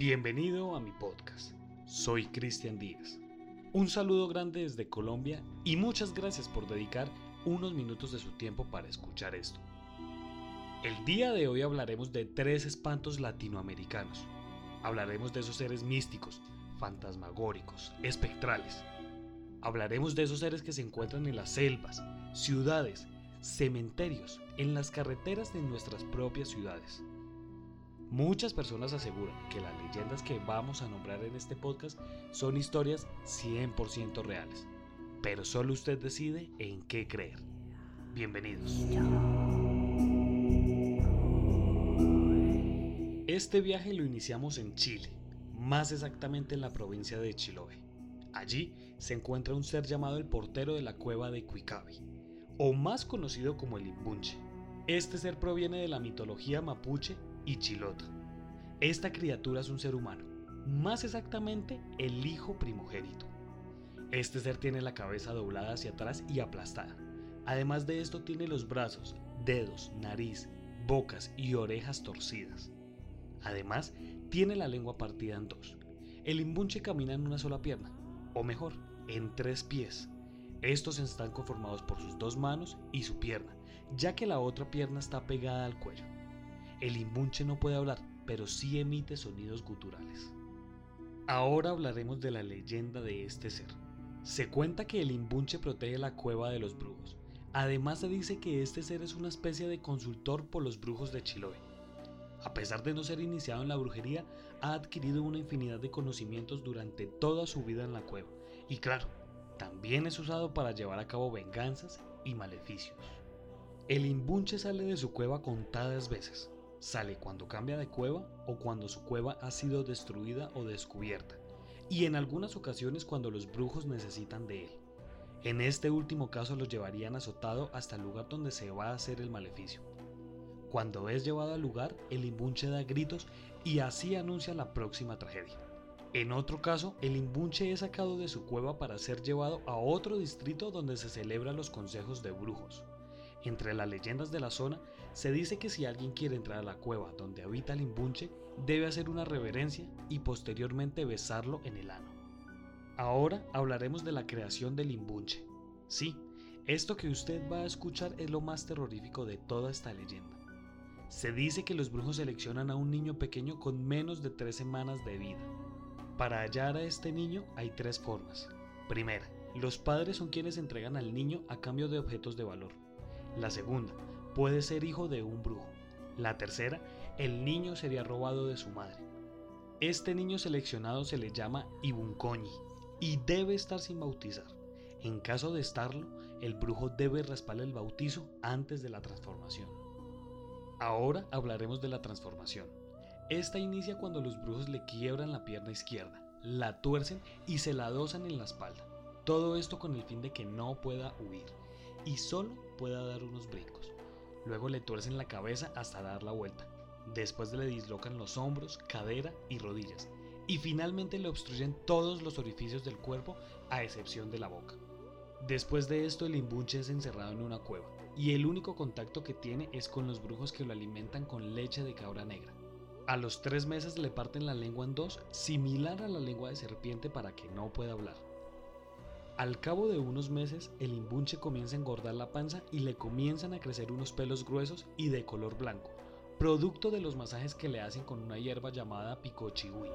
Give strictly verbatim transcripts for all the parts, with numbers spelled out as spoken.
Bienvenido a mi podcast. Soy Cristian Díaz. Un saludo grande desde Colombia y muchas gracias por dedicar unos minutos de su tiempo para escuchar esto. El día de hoy hablaremos de tres espantos latinoamericanos. Hablaremos de esos seres místicos, fantasmagóricos, espectrales. Hablaremos de esos seres que se encuentran en las selvas, ciudades, cementerios, en las carreteras de nuestras propias ciudades. Muchas personas aseguran que las leyendas que vamos a nombrar en este podcast son historias cien por ciento reales, pero solo usted decide en qué creer. Bienvenidos. Este viaje lo iniciamos en Chile, más exactamente en la provincia de Chiloé. Allí se encuentra un ser llamado el portero de la cueva de Cuicabi, o más conocido como el Imbunche. Este ser proviene de la mitología mapuche y chilota. Esta criatura es un ser humano, más exactamente el hijo primogénito. Este ser tiene la cabeza doblada hacia atrás y aplastada. Además de esto tiene los brazos, dedos, nariz, bocas y orejas torcidas. Además, tiene la lengua partida en dos. El Imbunche camina en una sola pierna, o mejor, en tres pies. Estos están conformados por sus dos manos y su pierna, ya que la otra pierna está pegada al cuello. El Imbunche no puede hablar, pero sí emite sonidos guturales. Ahora hablaremos de la leyenda de este ser. Se cuenta que el Imbunche protege la cueva de los brujos. Además se dice que este ser es una especie de consultor por los brujos de Chiloé. A pesar de no ser iniciado en la brujería, ha adquirido una infinidad de conocimientos durante toda su vida en la cueva. Y claro, también es usado para llevar a cabo venganzas y maleficios. El Imbunche sale de su cueva contadas veces. Sale cuando cambia de cueva o cuando su cueva ha sido destruida o descubierta, y en algunas ocasiones cuando los brujos necesitan de él. En este último caso lo llevarían azotado hasta el lugar donde se va a hacer el maleficio. Cuando es llevado al lugar, el Imbunche da gritos y así anuncia la próxima tragedia. En otro caso, el Imbunche es sacado de su cueva para ser llevado a otro distrito donde se celebran los consejos de brujos. Entre las leyendas de la zona, se dice que si alguien quiere entrar a la cueva donde habita el Imbunche, debe hacer una reverencia y posteriormente besarlo en el ano. Ahora hablaremos de la creación del Imbunche. Sí, esto que usted va a escuchar es lo más terrorífico de toda esta leyenda. Se dice que los brujos seleccionan a un niño pequeño con menos de tres semanas de vida. Para hallar a este niño hay tres formas. Primera, los padres son quienes entregan al niño a cambio de objetos de valor. La segunda, puede ser hijo de un brujo. La tercera, el niño sería robado de su madre. Este niño seleccionado se le llama Ibuncoñi y debe estar sin bautizar. En caso de estarlo, el brujo debe raspar el bautizo antes de la transformación. Ahora hablaremos de la transformación. Esta inicia cuando los brujos le quiebran la pierna izquierda, la tuercen y se la adosan en la espalda. Todo esto con el fin de que no pueda huir y solo pueda dar unos brincos. Luego le tuercen la cabeza hasta dar la vuelta. Después le dislocan los hombros, cadera y rodillas. Y finalmente le obstruyen todos los orificios del cuerpo a excepción de la boca. Después de esto el Imbunche es encerrado en una cueva y el único contacto que tiene es con los brujos que lo alimentan con leche de cabra negra. A los tres meses le parten la lengua en dos, similar a la lengua de serpiente para que no pueda hablar. Al cabo de unos meses, el Imbunche comienza a engordar la panza y le comienzan a crecer unos pelos gruesos y de color blanco, producto de los masajes que le hacen con una hierba llamada picochigüí.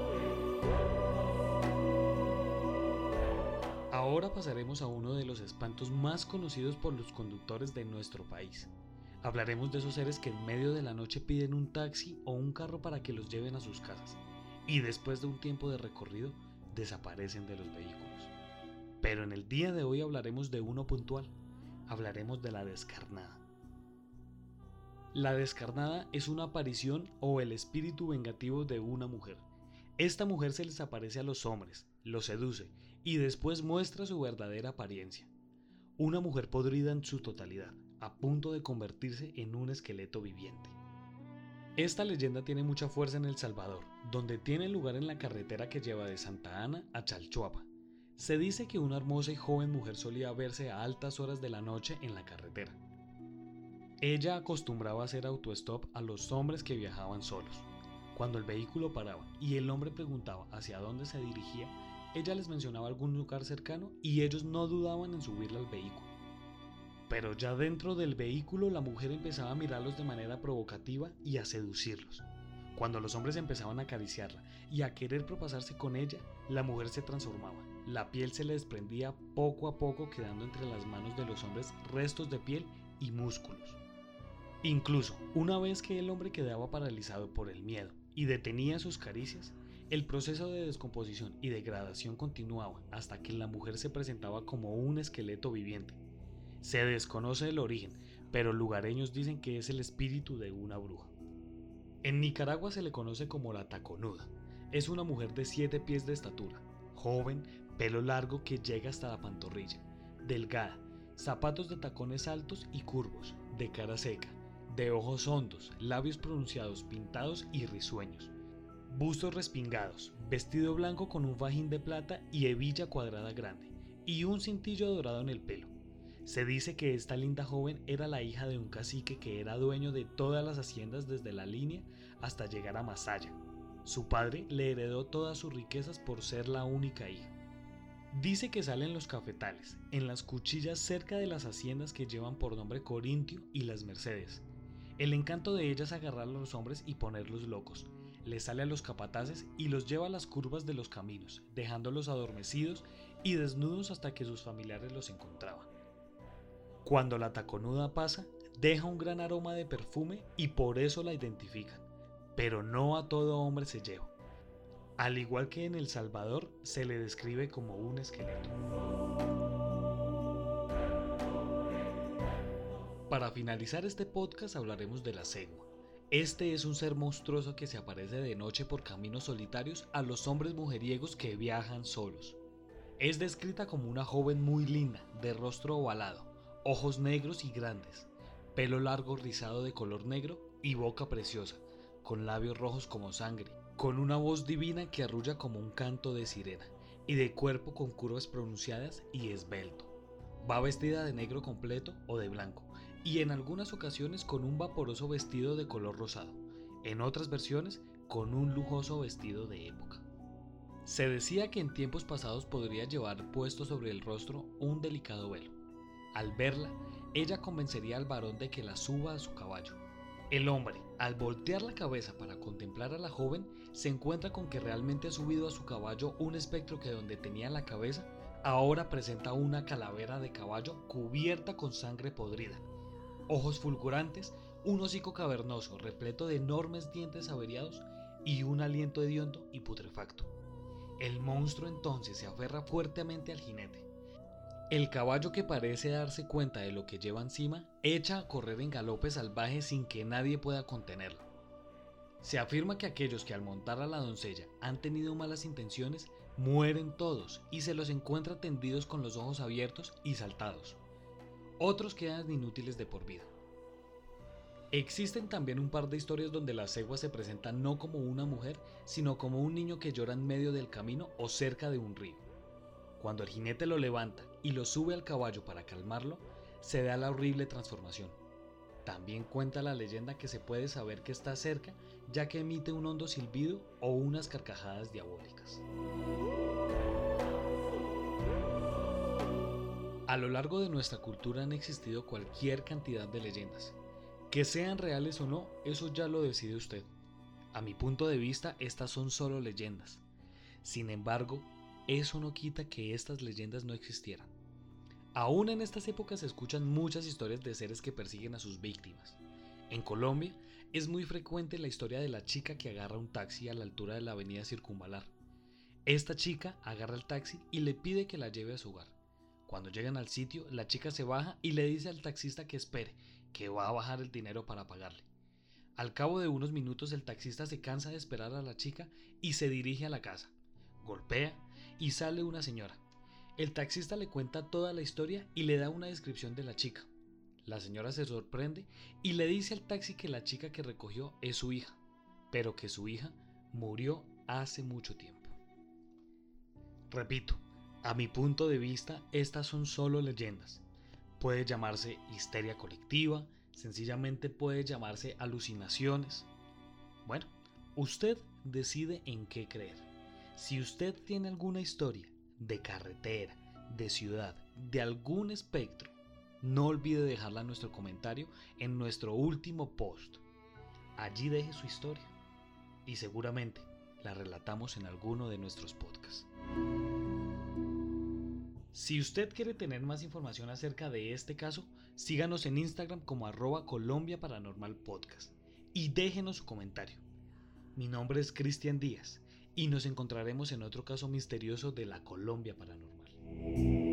Ahora pasaremos a uno de los espantos más conocidos por los conductores de nuestro país. Hablaremos de esos seres que en medio de la noche piden un taxi o un carro para que los lleven a sus casas y después de un tiempo de recorrido desaparecen de los vehículos. Pero en el día de hoy hablaremos de uno puntual, hablaremos de la descarnada. La descarnada es una aparición o el espíritu vengativo de una mujer. Esta mujer se les aparece a los hombres, los seduce y después muestra su verdadera apariencia. Una mujer podrida en su totalidad, a punto de convertirse en un esqueleto viviente. Esta leyenda tiene mucha fuerza en El Salvador, donde tiene lugar en la carretera que lleva de Santa Ana a Chalchuapa. Se dice que una hermosa y joven mujer solía verse a altas horas de la noche en la carretera. Ella acostumbraba a hacer autostop a los hombres que viajaban solos. Cuando el vehículo paraba y el hombre preguntaba hacia dónde se dirigía, ella les mencionaba algún lugar cercano y ellos no dudaban en subirla al vehículo. Pero ya dentro del vehículo la mujer empezaba a mirarlos de manera provocativa y a seducirlos. Cuando los hombres empezaban a acariciarla y a querer propasarse con ella, la mujer se transformaba. La piel se le desprendía poco a poco, quedando entre las manos de los hombres restos de piel y músculos. Incluso, una vez que el hombre quedaba paralizado por el miedo y detenía sus caricias, el proceso de descomposición y degradación continuaba hasta que la mujer se presentaba como un esqueleto viviente. Se desconoce el origen, pero lugareños dicen que es el espíritu de una bruja. En Nicaragua se le conoce como la taconuda. Es una mujer de siete pies de estatura, joven, pelo largo que llega hasta la pantorrilla, delgada, zapatos de tacones altos y curvos, de cara seca, de ojos hondos, labios pronunciados, pintados y risueños, bustos respingados, vestido blanco con un fajín de plata y hebilla cuadrada grande, y un cintillo dorado en el pelo. Se dice que esta linda joven era la hija de un cacique que era dueño de todas las haciendas desde la línea hasta llegar a Masaya. Su padre le heredó todas sus riquezas por ser la única hija. Dice que sale en los cafetales, en las cuchillas cerca de las haciendas que llevan por nombre Corintio y Las Mercedes. El encanto de ella es agarrar a los hombres y ponerlos locos. Les sale a los capataces y los lleva a las curvas de los caminos, dejándolos adormecidos y desnudos hasta que sus familiares los encontraban. Cuando la taconuda pasa, deja un gran aroma de perfume y por eso la identifican, pero no a todo hombre se lleva. Al igual que en El Salvador, se le describe como un esqueleto. Para finalizar este podcast hablaremos de la cegua. Este es un ser monstruoso que se aparece de noche por caminos solitarios a los hombres mujeriegos que viajan solos. Es descrita como una joven muy linda, de rostro ovalado, ojos negros y grandes, pelo largo rizado de color negro y boca preciosa, con labios rojos como sangre, con una voz divina que arrulla como un canto de sirena, y de cuerpo con curvas pronunciadas y esbelto. Va vestida de negro completo o de blanco, y en algunas ocasiones con un vaporoso vestido de color rosado, en otras versiones con un lujoso vestido de época. Se decía que en tiempos pasados podría llevar puesto sobre el rostro un delicado velo. Al verla, ella convencería al varón de que la suba a su caballo. El hombre, al voltear la cabeza para contemplar a la joven, se encuentra con que realmente ha subido a su caballo un espectro que donde tenía la cabeza, ahora presenta una calavera de caballo cubierta con sangre podrida, ojos fulgurantes, un hocico cavernoso repleto de enormes dientes averiados y un aliento hediondo y putrefacto. El monstruo entonces se aferra fuertemente al jinete. El caballo, que parece darse cuenta de lo que lleva encima, echa a correr en galope salvaje sin que nadie pueda contenerlo. Se afirma que aquellos que al montar a la doncella han tenido malas intenciones, mueren todos y se los encuentra tendidos con los ojos abiertos y saltados. Otros quedan inútiles de por vida. Existen también un par de historias donde la cegua se presenta no como una mujer, sino como un niño que llora en medio del camino o cerca de un río. Cuando el jinete lo levanta y lo sube al caballo para calmarlo, se da la horrible transformación. También cuenta la leyenda que se puede saber que está cerca, ya que emite un hondo silbido o unas carcajadas diabólicas. A lo largo de nuestra cultura han existido cualquier cantidad de leyendas. Que sean reales o no, eso ya lo decide usted. A mi punto de vista, estas son solo leyendas. Sin embargo, eso no quita que estas leyendas no existieran. Aún en estas épocas se escuchan muchas historias de seres que persiguen a sus víctimas. En Colombia es muy frecuente la historia de la chica que agarra un taxi a la altura de la avenida Circunvalar. Esta chica agarra el taxi y le pide que la lleve a su hogar. Cuando llegan al sitio, la chica se baja y le dice al taxista que espere, que va a bajar el dinero para pagarle. Al cabo de unos minutos el taxista se cansa de esperar a la chica y se dirige a la casa. Golpea y sale una señora. El taxista le cuenta toda la historia y le da una descripción de la chica. La señora se sorprende y le dice al taxi que la chica que recogió es su hija, pero que su hija murió hace mucho tiempo. Repito, a mi punto de vista, estas son solo leyendas. Puede llamarse histeria colectiva, sencillamente puede llamarse alucinaciones. Bueno, Usted decide en qué creer. Si usted tiene alguna historia de carretera, de ciudad, de algún espectro, no olvide dejarla en nuestro comentario en nuestro último post. Allí deje su historia y seguramente la relatamos en alguno de nuestros podcasts. Si usted quiere tener más información acerca de este caso, síganos en Instagram como arroba Colombia Paranormal Podcast y déjenos su comentario. Mi nombre es Cristian Díaz y nos encontraremos en otro caso misterioso de la Colombia Paranormal.